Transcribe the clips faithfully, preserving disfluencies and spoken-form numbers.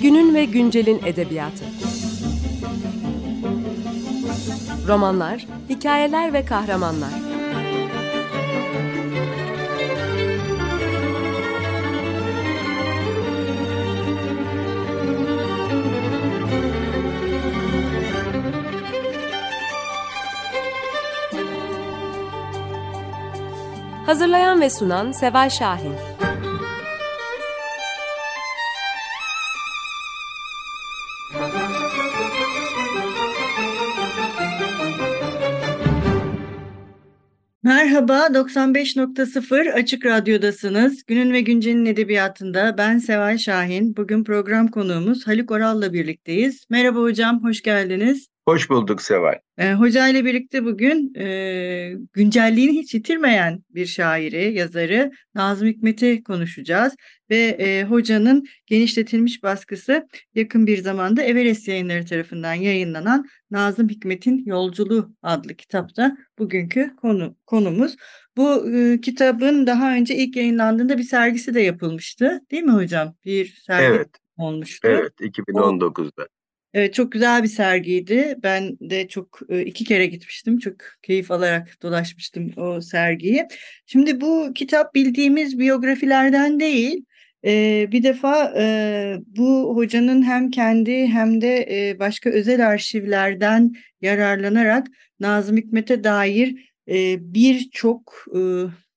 Günün ve güncelin edebiyatı. Romanlar, hikayeler ve kahramanlar. Hazırlayan ve sunan Seval Şahin. Merhaba, doksan beş nokta sıfır Açık Radyo'dasınız. Günün ve Güncel'in edebiyatında ben Seval Şahin. Bugün program konuğumuz Haluk Oral'la birlikteyiz. Merhaba hocam, hoş geldiniz. Hoş bulduk Seval. E, Hoca ile birlikte bugün e, güncelliğini hiç yitirmeyen bir şairi, yazarı Nazım Hikmet'i konuşacağız. Ve e, hocanın genişletilmiş baskısı yakın bir zamanda Everest Yayınları tarafından yayınlanan Nazım Hikmet'in Yolculuğu adlı kitapta bugünkü konu konumuz. Bu e, kitabın daha önce ilk yayınlandığında bir sergisi de yapılmıştı, değil mi hocam? Bir sergi Evet, olmuştu. evet O iki bin on dokuzda. Evet, çok güzel bir sergiydi. Ben de çok e, iki kere gitmiştim. Çok keyif alarak dolaşmıştım o sergiyi. Şimdi bu kitap bildiğimiz biyografilerden değil. E, bir defa e, bu hocanın hem kendi hem de e, başka özel arşivlerden yararlanarak Nazım Hikmet'e dair e, birçok e,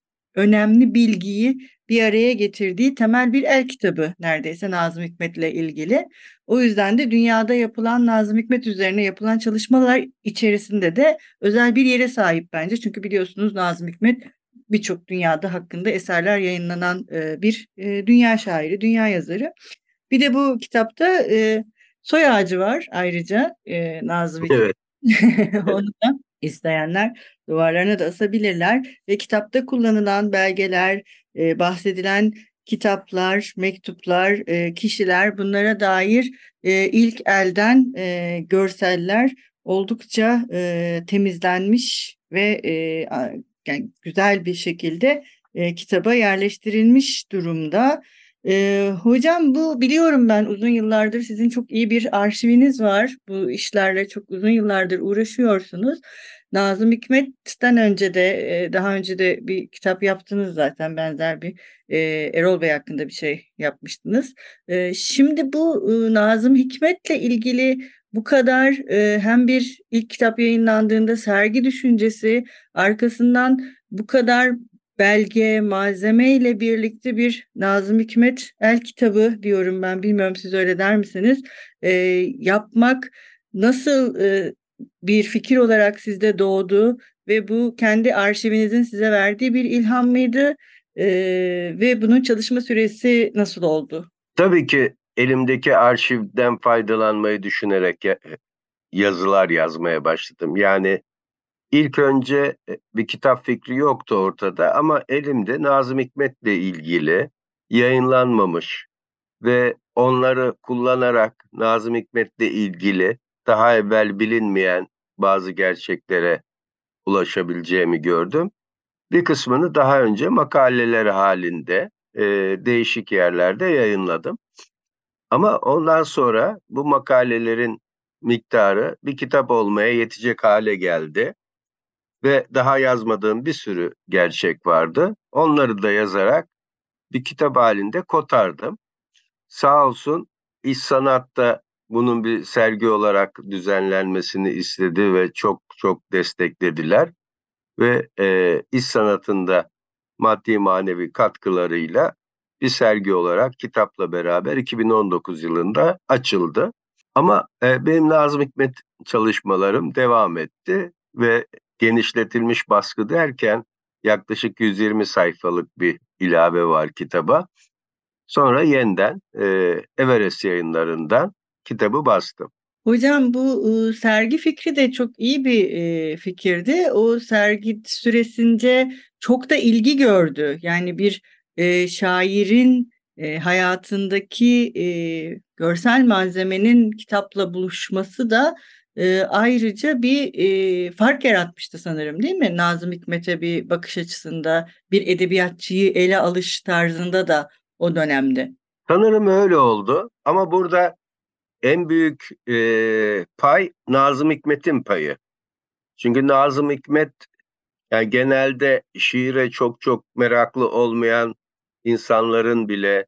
önemli bilgiyi bir araya getirdiği temel bir el kitabı neredeyse Nazım Hikmet'le ilgili. O yüzden de dünyada yapılan Nazım Hikmet üzerine yapılan çalışmalar içerisinde de özel bir yere sahip bence. Çünkü biliyorsunuz Nazım Hikmet birçok dünyada hakkında eserler yayınlanan e, bir e, dünya şairi, dünya yazarı. Bir de bu kitapta e, soy ağacı var ayrıca e, Nazım Hikmet. Evet, Onu da isteyenler duvarlarına da asabilirler ve kitapta kullanılan belgeler, e, bahsedilen kitaplar, mektuplar, e, kişiler bunlara dair e, ilk elden e, görseller oldukça e, temizlenmiş ve e, a- yani güzel bir şekilde e, kitaba yerleştirilmiş durumda. E, hocam bu biliyorum ben uzun yıllardır sizin çok iyi bir arşiviniz var. Bu işlerle çok uzun yıllardır uğraşıyorsunuz. Nazım Hikmet'ten önce de e, daha önce de bir kitap yaptınız zaten benzer bir e, Erol Bey hakkında bir şey yapmıştınız. E, şimdi bu e, Nazım Hikmet'le ilgili bu kadar e, hem bir ilk kitap yayınlandığında sergi düşüncesi arkasından bu kadar belge, malzeme ile birlikte bir Nazım Hikmet el kitabı diyorum ben bilmiyorum siz öyle der misiniz? E, yapmak nasıl e, bir fikir olarak sizde doğdu ve bu kendi arşivinizin size verdiği bir ilham mıydı? Ee, ve bunun çalışma süresi nasıl oldu? tabii ki elimdeki arşivden faydalanmayı düşünerek ya- yazılar yazmaya başladım. Yani ilk önce e, bir kitap fikri yoktu ortada ama elimde Nazım Hikmet'le ilgili yayınlanmamış ve onları kullanarak Nazım Hikmet'le ilgili daha evvel bilinmeyen bazı gerçeklere ulaşabileceğimi gördüm. Bir kısmını daha önce makaleler halinde e, değişik yerlerde yayınladım. Ama ondan sonra bu makalelerin miktarı bir kitap olmaya yetecek hale geldi. Ve daha yazmadığım bir sürü gerçek vardı. Onları da yazarak bir kitap halinde kotardım. Sağ olsun İş Sanat'ta bunun bir sergi olarak düzenlenmesini istedi ve çok çok desteklediler. Ve e, iş sanatında maddi manevi katkılarıyla bir sergi olarak kitapla beraber iki bin on dokuz yılında açıldı. Ama e, benim Nazım Hikmet çalışmalarım devam etti ve genişletilmiş baskı derken yaklaşık yüz yirmi sayfalık bir ilave var kitaba. Sonra yeniden e, Everest Yayınları'ndan kitabı bastım. Hocam bu e, sergi fikri de çok iyi bir e, fikirdi. O sergi süresince çok da ilgi gördü. Yani bir e, şairin e, hayatındaki e, görsel malzemenin kitapla buluşması da e, ayrıca bir e, fark yaratmıştı sanırım, değil mi? Nazım Hikmet'e bir bakış açısında, bir edebiyatçıyı ele alış tarzında da o dönemde. Sanırım öyle oldu ama burada en büyük e, pay Nazım Hikmet'in payı. Çünkü Nazım Hikmet yani genelde şiire çok çok meraklı olmayan insanların bile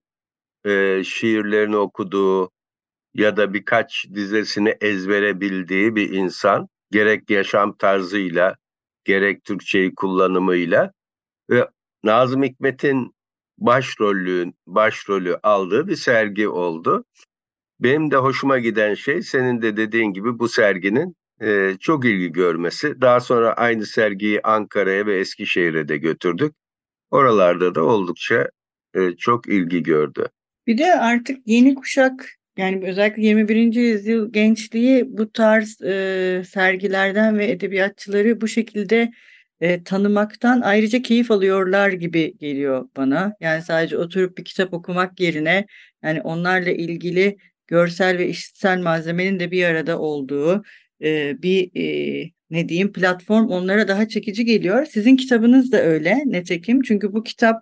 e, şiirlerini okuduğu ya da birkaç dizesini ezbere bildiği bir insan. Gerek yaşam tarzıyla, gerek Türkçeyi kullanımıyla ve Nazım Hikmet'in başrolü, başrolü aldığı bir sergi oldu. Benim de hoşuma giden şey senin de dediğin gibi bu serginin e, çok ilgi görmesi. Daha sonra aynı sergiyi Ankara'ya ve Eskişehir'e de götürdük. Oralarda da oldukça e, çok ilgi gördü. Bir de artık yeni kuşak, yani özellikle yirmi birinci yüzyıl gençliği bu tarz e, sergilerden ve edebiyatçıları bu şekilde e, tanımaktan ayrıca keyif alıyorlar gibi geliyor bana. Yani sadece oturup bir kitap okumak yerine yani onlarla ilgili görsel ve işitsel malzemenin de bir arada olduğu e, bir e, ne diyeyim platform onlara daha çekici geliyor. Sizin kitabınız da öyle netekim, çünkü bu kitap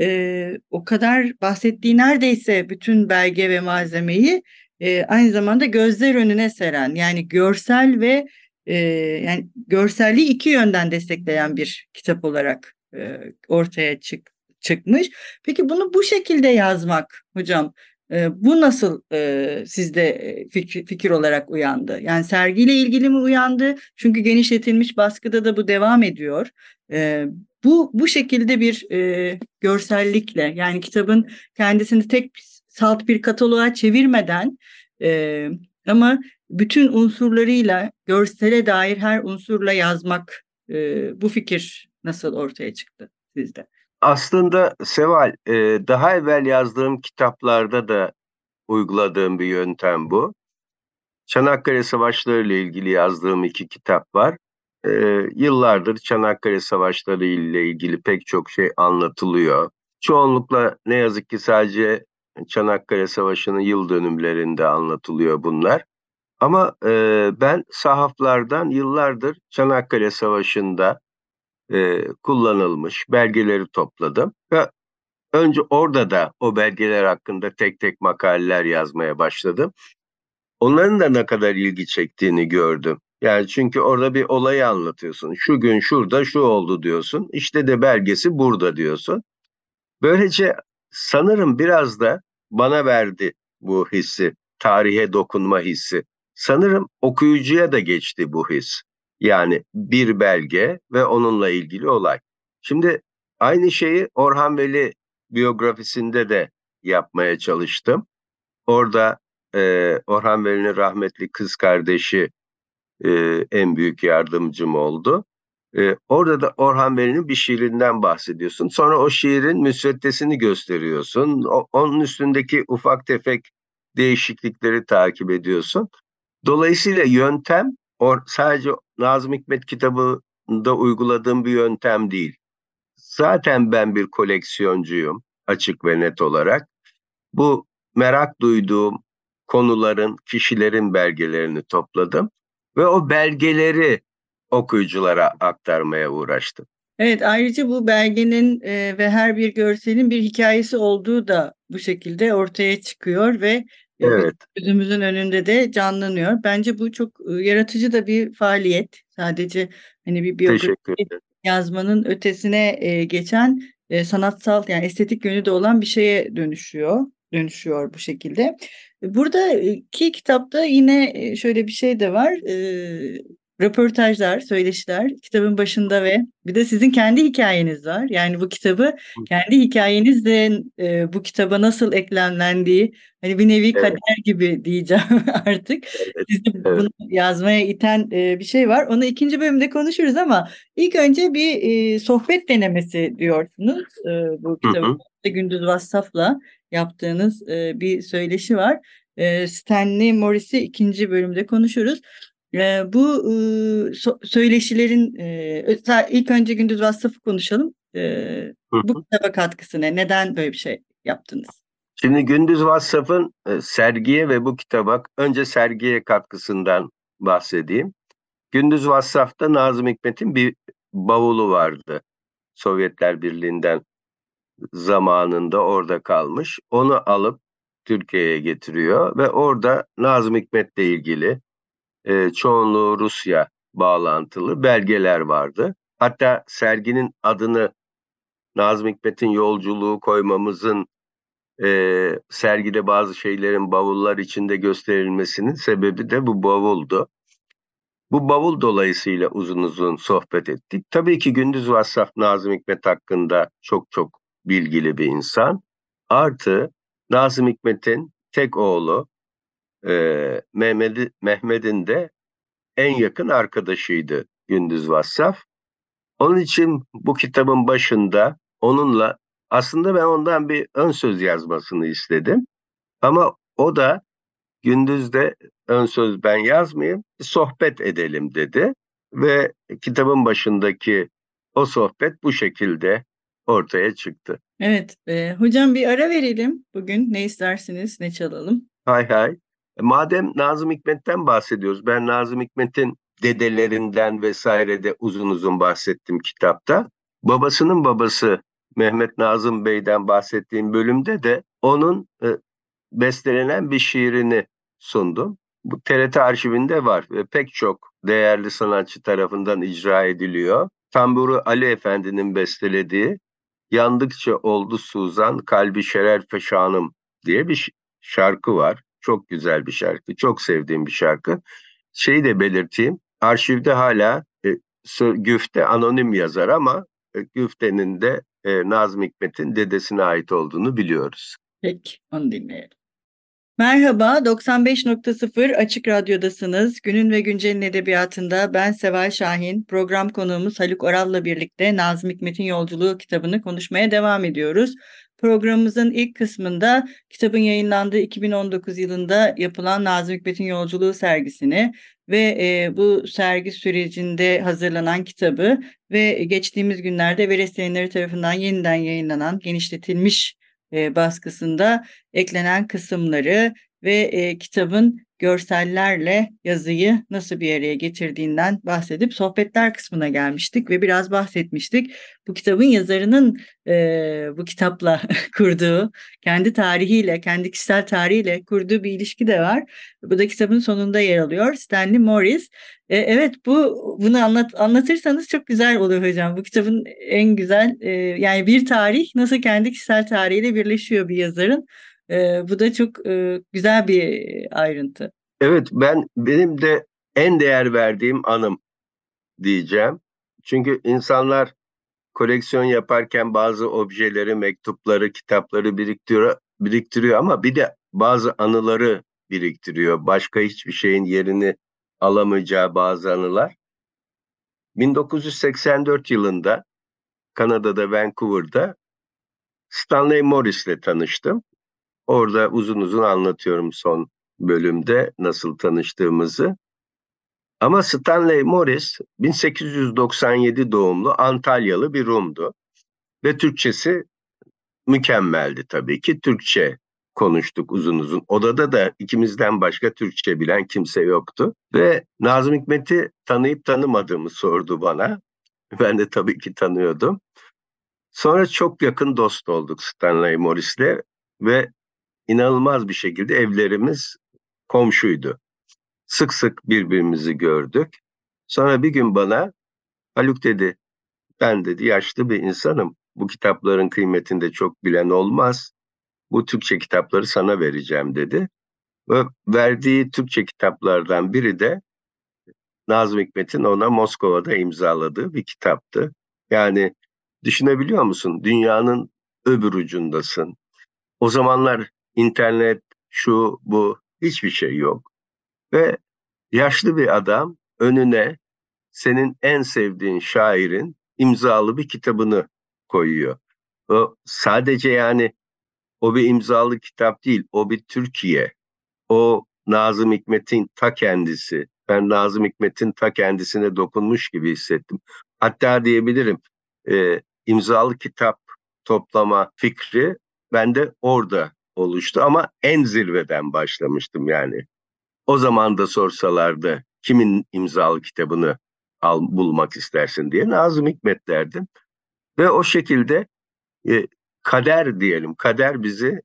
e, o kadar bahsettiği neredeyse bütün belge ve malzemeyi e, aynı zamanda gözler önüne seren, yani görsel ve e, yani görselliği iki yönden destekleyen bir kitap olarak e, ortaya çık, çıkmış. Peki bunu bu şekilde yazmak hocam, e, bu nasıl e, sizde e, fikir, fikir olarak uyandı? Yani sergiyle ilgili mi uyandı? Çünkü genişletilmiş baskıda da bu devam ediyor. E, bu bu şekilde bir e, görsellikle, yani kitabın kendisini tek salt bir kataloğa çevirmeden e, ama bütün unsurlarıyla görsele dair her unsurla yazmak, e, bu fikir nasıl ortaya çıktı sizde? Aslında Seval, e, daha evvel yazdığım kitaplarda da uyguladığım bir yöntem bu. Çanakkale Savaşları ile ilgili yazdığım iki kitap var. E, yıllardır Çanakkale Savaşları ile ilgili pek çok şey anlatılıyor. Çoğunlukla ne yazık ki sadece Çanakkale Savaşı'nın yıl dönümlerinde anlatılıyor bunlar. Ama e, ben sahaflardan yıllardır Çanakkale Savaşı'nda e, kullanılmış belgeleri topladım. Ve önce orada da o belgeler hakkında tek tek makaleler yazmaya başladım. Onların da ne kadar ilgi çektiğini gördüm. Yani çünkü orada bir olayı anlatıyorsun. Şu gün şurada şu oldu diyorsun. İşte de belgesi burada diyorsun. Böylece sanırım biraz da bana verdi bu hissi, tarihe dokunma hissi. Sanırım okuyucuya da geçti bu his. Yani bir belge ve onunla ilgili olay. Şimdi aynı şeyi Orhan Veli biyografisinde de yapmaya çalıştım. Orada e, Orhan Veli'nin rahmetli kız kardeşi e, en büyük yardımcım oldu. E, orada da Orhan Veli'nin bir şiirinden bahsediyorsun. Sonra o şiirin müsveddesini gösteriyorsun. O, onun üstündeki ufak tefek değişiklikleri takip ediyorsun. Dolayısıyla yöntem or, sadece Nazım Hikmet kitabında uyguladığım bir yöntem değil. Zaten ben bir koleksiyoncuyum açık ve net olarak. Bu merak duyduğum konuların, kişilerin belgelerini topladım ve o belgeleri okuyuculara aktarmaya uğraştım. Evet, ayrıca bu belgenin e, ve her bir görselin bir hikayesi olduğu da bu şekilde ortaya çıkıyor ve e, Evet, gözümüzün önünde de canlanıyor. Bence bu çok e, yaratıcı da bir faaliyet. Sadece hani bir biyografi teşekkür ederim. yazmanın ötesine e, geçen e, sanatsal, yani estetik yönü de olan bir şeye dönüşüyor. Dönüşüyor bu şekilde. Buradaki kitapta yine e, şöyle bir şey de var. E, röportajlar, söyleşiler kitabın başında ve bir de sizin kendi hikayeniz var. Yani bu kitabı kendi hikayenizle e, bu kitaba nasıl eklemlendiği, hani bir nevi Evet, kader gibi diyeceğim artık. evet, Sizi evet. bunu yazmaya iten e, bir şey var. Onu ikinci bölümde konuşuruz ama ilk önce bir e, sohbet denemesi diyorsunuz. E, bu Hı kitabı hı. Gündüz Vassaf'la yaptığınız e, bir söyleşi var. E, Stanley Morris'i ikinci bölümde konuşuruz. E, bu e, so- söyleşilerin e, sa- ilk önce Gündüz Vassaf'ı konuşalım. E, Hı bu hı. kitaba katkısı ne? Neden böyle bir şey yaptınız? Şimdi Gündüz Vassaf'ın e, sergiye ve bu kitaba önce sergiye katkısından bahsedeyim. Gündüz Vassaf'ta Nazım Hikmet'in bir bavulu vardı. Sovyetler Birliği'nden zamanında orada kalmış. Onu alıp Türkiye'ye getiriyor ve orada Nazım Hikmet'le ilgili e, çoğunluğu Rusya bağlantılı belgeler vardı. Hatta serginin adını Nazım Hikmet'in yolculuğu koymamızın e, sergide bazı şeylerin bavullar içinde gösterilmesinin sebebi de bu bavuldu. Bu bavul dolayısıyla uzun uzun sohbet ettik. Tabii ki Gündüz Vassaf Nazım Hikmet hakkında çok çok bilgili bir insan. Artı Nazım Hikmet'in tek oğlu e, Mehmet'i, Mehmet'in de en yakın arkadaşıydı Gündüz Vassaf. Onun için bu kitabın başında onunla aslında ben ondan bir ön söz yazmasını istedim. Ama o da Gündüz'de ön söz ben yazmayayım, sohbet edelim dedi. Ve kitabın başındaki o sohbet bu şekilde ortaya çıktı. Evet, e, hocam bir ara verelim. Bugün ne istersiniz, ne çalalım? Hay hay. E, Madem Nazım Hikmet'ten bahsediyoruz, ben Nazım Hikmet'in dedelerinden vesaire de uzun uzun bahsettim kitapta. Babasının babası Mehmet Nazım Bey'den bahsettiğim bölümde de onun e, bestelenen bir şiirini sundum. Bu T R T arşivinde var ve pek çok değerli sanatçı tarafından icra ediliyor. Tamburu Ali Efendi'nin bestelediği Yandıkça Oldu Suzan Kalbi Şerer Feşanım diye bir şarkı var. Çok güzel bir şarkı. Çok sevdiğim bir şarkı. Şeyi de belirteyim. Arşivde hala e, Güfte anonim yazar ama e, Güfte'nin de e, Nazım Hikmet'in dedesine ait olduğunu biliyoruz. Peki, onu dinleyelim. Merhaba, doksan beş nokta sıfır Açık Radyo'dasınız. Günün ve Güncel'in edebiyatında ben Seval Şahin, program konuğumuz Haluk Oral'la birlikte Nazım Hikmet'in Yolculuğu kitabını konuşmaya devam ediyoruz. Programımızın ilk kısmında kitabın yayınlandığı iki bin on dokuz yılında yapılan Nazım Hikmet'in Yolculuğu sergisini ve e, bu sergi sürecinde hazırlanan kitabı ve geçtiğimiz günlerde Everest Yayınları tarafından yeniden yayınlanan genişletilmiş e, baskısında eklenen kısımları ve e, kitabın görsellerle yazıyı nasıl bir araya getirdiğinden bahsedip sohbetler kısmına gelmiştik ve biraz bahsetmiştik. Bu kitabın yazarının e, bu kitapla kurduğu, kendi tarihiyle, kendi kişisel tarihiyle kurduğu bir ilişki de var. Bu da kitabın sonunda yer alıyor. Stanley Morris. E, evet, bu bunu anlat anlatırsanız çok güzel olur hocam. Bu kitabın en güzel e, yani bir tarih nasıl kendi kişisel tarihiyle birleşiyor bir yazarın. E, bu da çok e, güzel bir ayrıntı. Evet, ben benim de en değer verdiğim anım diyeceğim. Çünkü insanlar koleksiyon yaparken bazı objeleri, mektupları, kitapları biriktiriyor, biriktiriyor ama bir de bazı anıları biriktiriyor. Başka hiçbir şeyin yerini alamayacağı bazı anılar. bin dokuz yüz seksen dört yılında Kanada'da Vancouver'da Stanley Morris'le tanıştım. Orada uzun uzun anlatıyorum son bölümde nasıl tanıştığımızı. Ama Stanley Morris bin sekiz yüz doksan yedi doğumlu Antalyalı bir Rum'du. Ve Türkçesi mükemmeldi tabii ki. Türkçe konuştuk uzun uzun. Odada da ikimizden başka Türkçe bilen kimse yoktu. Ve Nazım Hikmet'i tanıyıp tanımadığımı sordu bana. Ben de tabii ki tanıyordum. Sonra çok yakın dost olduk Stanley Morris'le ve inanılmaz bir şekilde evlerimiz komşuydu. Sık sık birbirimizi gördük. Sonra bir gün bana Haluk dedi, ben dedi yaşlı bir insanım. Bu kitapların kıymetini de çok bilen olmaz. Bu Türkçe kitapları sana vereceğim dedi. Ve verdiği Türkçe kitaplardan biri de Nazım Hikmet'in ona Moskova'da imzaladığı bir kitaptı. Yani düşünebiliyor musun? Dünyanın öbür ucundasın. O zamanlar internet, şu, bu hiçbir şey yok. Ve yaşlı bir adam önüne senin en sevdiğin şairin imzalı bir kitabını koyuyor. O sadece yani o bir imzalı kitap değil, o bir Türkiye. O Nazım Hikmet'in ta kendisi. Ben Nazım Hikmet'in ta kendisine dokunmuş gibi hissettim. Hatta diyebilirim e, imzalı kitap toplama fikri bende orada oluştu ama en zirveden başlamıştım yani. O zaman da sorsalardı kimin imzalı kitabını al, bulmak istersin diye Nazım Hikmet derdim. Ve o şekilde e, kader diyelim, kader bizi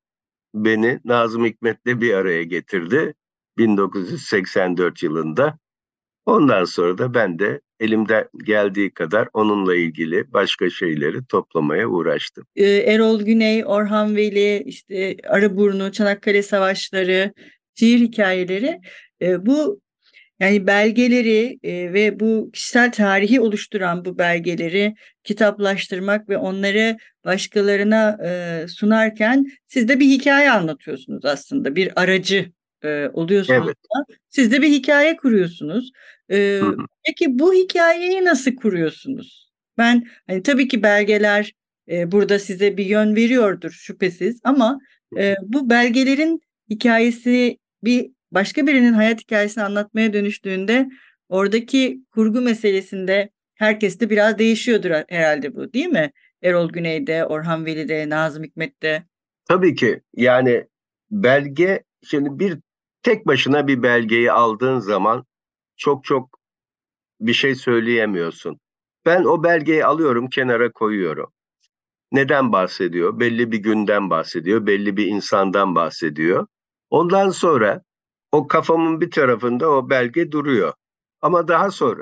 beni Nazım Hikmet'le bir araya getirdi bin dokuz yüz seksen dört yılında. Ondan sonra da ben de elimde geldiği kadar onunla ilgili başka şeyleri toplamaya uğraştım. Ee, Erol Güney, Orhan Veli, işte Arıburnu, Çanakkale Savaşları, şiir hikayeleri, e, bu yani belgeleri e, ve bu kişisel tarihi oluşturan bu belgeleri kitaplaştırmak ve onları başkalarına e, sunarken siz de bir hikaye anlatıyorsunuz aslında. Bir aracı e, oluyorsunuz Evet. da siz de bir hikaye kuruyorsunuz. E, Hı hı. peki bu hikayeyi nasıl kuruyorsunuz? Ben hani tabii ki belgeler e, burada size bir yön veriyordur şüphesiz ama e, bu belgelerin hikayesi bir başka birinin hayat hikayesini anlatmaya dönüştüğünde oradaki kurgu meselesinde herkes de biraz değişiyordur herhalde, bu değil mi? Erol Güney'de, Orhan Veli'de, Nazım Hikmet'te. Tabii ki yani belge, şimdi bir tek başına bir belgeyi aldığın zaman çok çok bir şey söyleyemiyorsun. Ben o belgeyi alıyorum, kenara koyuyorum. Neden bahsediyor? Belli bir günden bahsediyor, belli bir insandan bahsediyor. Ondan sonra o kafamın bir tarafında o belge duruyor. Ama daha sonra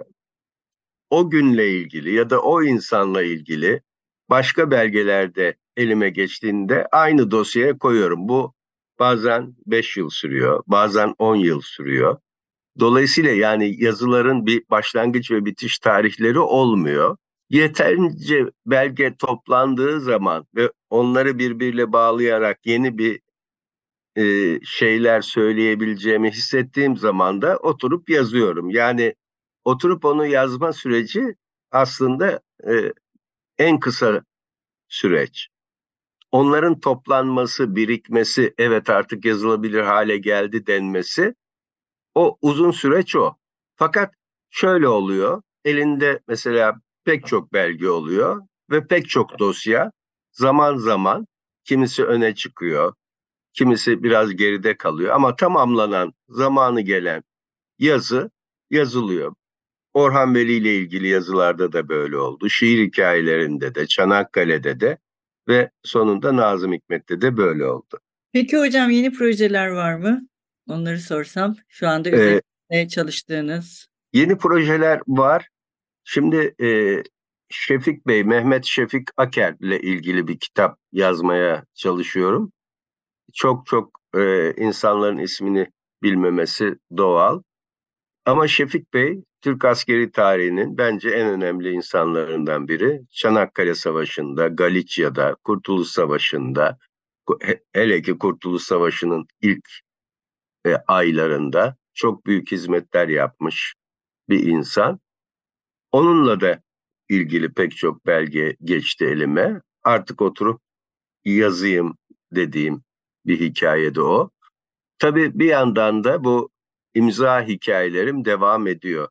o günle ilgili ya da o insanla ilgili başka belgelerde elime geçtiğinde aynı dosyaya koyuyorum. Bu bazen beş yıl sürüyor, bazen on yıl sürüyor. Dolayısıyla yani yazıların bir başlangıç ve bitiş tarihleri olmuyor. Yeterince belge toplandığı zaman ve onları birbiriyle bağlayarak yeni bir e, şeyler söyleyebileceğimi hissettiğim zaman da oturup yazıyorum. Yani oturup onu yazma süreci aslında e, en kısa süreç. Onların toplanması, birikmesi, evet artık yazılabilir hale geldi denmesi, o uzun süreç o. Fakat şöyle oluyor, elinde mesela pek çok belge oluyor ve pek çok dosya zaman zaman kimisi öne çıkıyor, kimisi biraz geride kalıyor ama tamamlanan, zamanı gelen yazı yazılıyor. Orhan Veli ile ilgili yazılarda da böyle oldu. Şiir hikayelerinde de, Çanakkale'de de ve sonunda Nazım Hikmet'te de böyle oldu. Peki hocam, yeni projeler var mı? Onları sorsam. Şu anda Ee, üzerinde çalıştığınız. yeni projeler var. Şimdi e, Şefik Bey, Mehmet Şefik Aker ile ilgili bir kitap yazmaya çalışıyorum. Çok çok e, insanların ismini bilmemesi doğal. Ama Şefik Bey, Türk askeri tarihinin bence en önemli insanlarından biri. Çanakkale Savaşı'nda, Galicia'da, Kurtuluş Savaşı'nda, he- hele ki Kurtuluş Savaşı'nın ilk e, aylarında çok büyük hizmetler yapmış bir insan. Onunla da ilgili pek çok belge geçti elime. Artık oturup yazayım dediğim bir hikayede o. Tabii bir yandan da bu imza hikayelerim devam ediyor.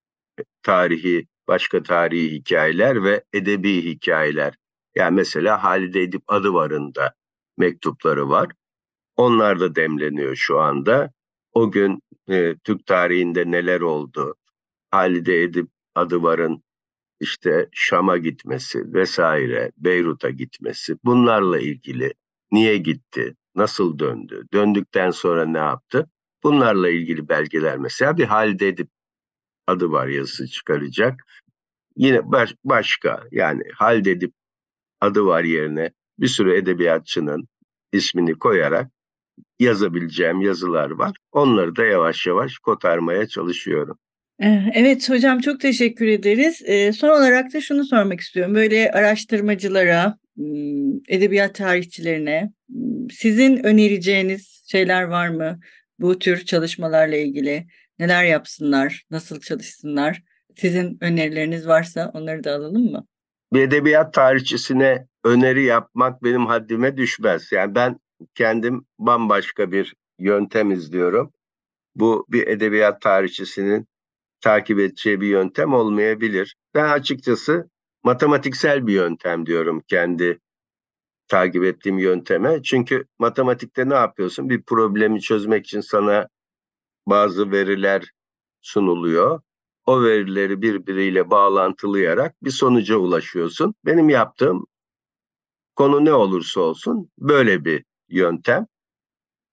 Tarihi, başka tarihi hikayeler ve edebi hikayeler. Yani mesela Halide Edip Adıvar'ın da mektupları var. Onlar da demleniyor şu anda. O gün e, Türk tarihinde neler oldu? Halide Edip Adıvar'ın işte Şam'a gitmesi vesaire, Beyrut'a gitmesi, bunlarla ilgili niye gitti, nasıl döndü, döndükten sonra ne yaptı? Bunlarla ilgili belgeler, mesela bir Halide Edip Adıvar yazısı çıkaracak. Yine baş, başka yani Halide Edip Adıvar yerine bir sürü edebiyatçının ismini koyarak yazabileceğim yazılar var. Onları da yavaş yavaş kotarmaya çalışıyorum. Eh, Evet hocam, çok teşekkür ederiz. Eh, Son olarak da şunu sormak istiyorum. Böyle araştırmacılara, hmm, edebiyat tarihçilerine hmm, sizin önereceğiniz şeyler var mı? Bu tür çalışmalarla ilgili neler yapsınlar, nasıl çalışsınlar? Sizin önerileriniz varsa onları da alalım mı? Bir edebiyat tarihçisine öneri yapmak benim haddime düşmez. Yani ben kendim bambaşka bir yöntem izliyorum. Bu bir edebiyat tarihçisinin takip edeceği bir yöntem olmayabilir. Ben açıkçası matematiksel bir yöntem diyorum kendi takip ettiğim yönteme. Çünkü matematikte ne yapıyorsun? Bir problemi çözmek için sana bazı veriler sunuluyor. O verileri birbiriyle bağlantılayarak bir sonuca ulaşıyorsun. Benim yaptığım, konu ne olursa olsun, böyle bir yöntem.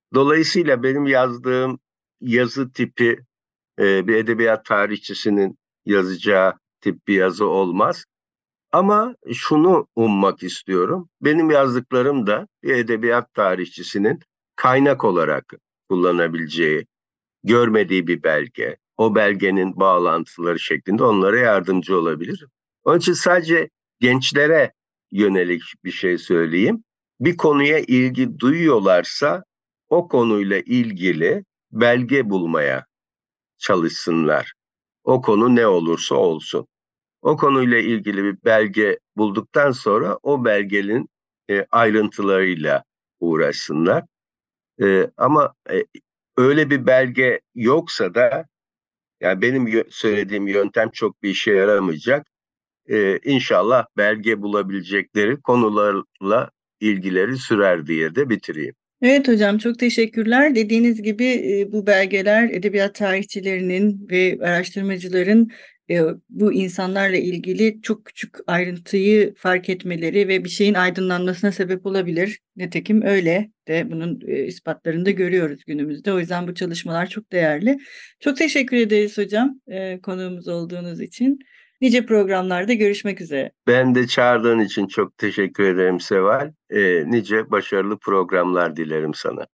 Dolayısıyla benim yazdığım yazı tipi e, bir edebiyat tarihçisinin yazacağı tip bir yazı olmaz. Ama şunu ummak istiyorum. Benim yazdıklarım da bir edebiyat tarihçisinin kaynak olarak kullanabileceği, görmediği bir belge, o belgenin bağlantıları şeklinde onlara yardımcı olabilir. Onun için sadece gençlere yönelik bir şey söyleyeyim. Bir konuya ilgi duyuyorlarsa o konuyla ilgili belge bulmaya çalışsınlar. O konu ne olursa olsun. O konuyla ilgili bir belge bulduktan sonra o belgenin e, ayrıntılarıyla uğraşsınlar. E, ama e, öyle bir belge yoksa da yani benim yö- söylediğim yöntem çok bir işe yaramayacak. E, İnşallah belge bulabilecekleri konularla ilgileri sürer diye de bitireyim. Evet hocam, çok teşekkürler. Dediğiniz gibi e, bu belgeler edebiyat tarihçilerinin ve araştırmacıların e, bu insanlarla ilgili çok küçük ayrıntıyı fark etmeleri ve bir şeyin aydınlanmasına sebep olabilir. Nitekim öyle de bunun e, ispatlarını da görüyoruz günümüzde. O yüzden bu çalışmalar çok değerli. Çok teşekkür ederiz hocam e, konuğumuz olduğunuz için. Nice programlarda görüşmek üzere. Ben de çağırdığın için çok teşekkür ederim Seval. E, nice başarılı programlar dilerim sana.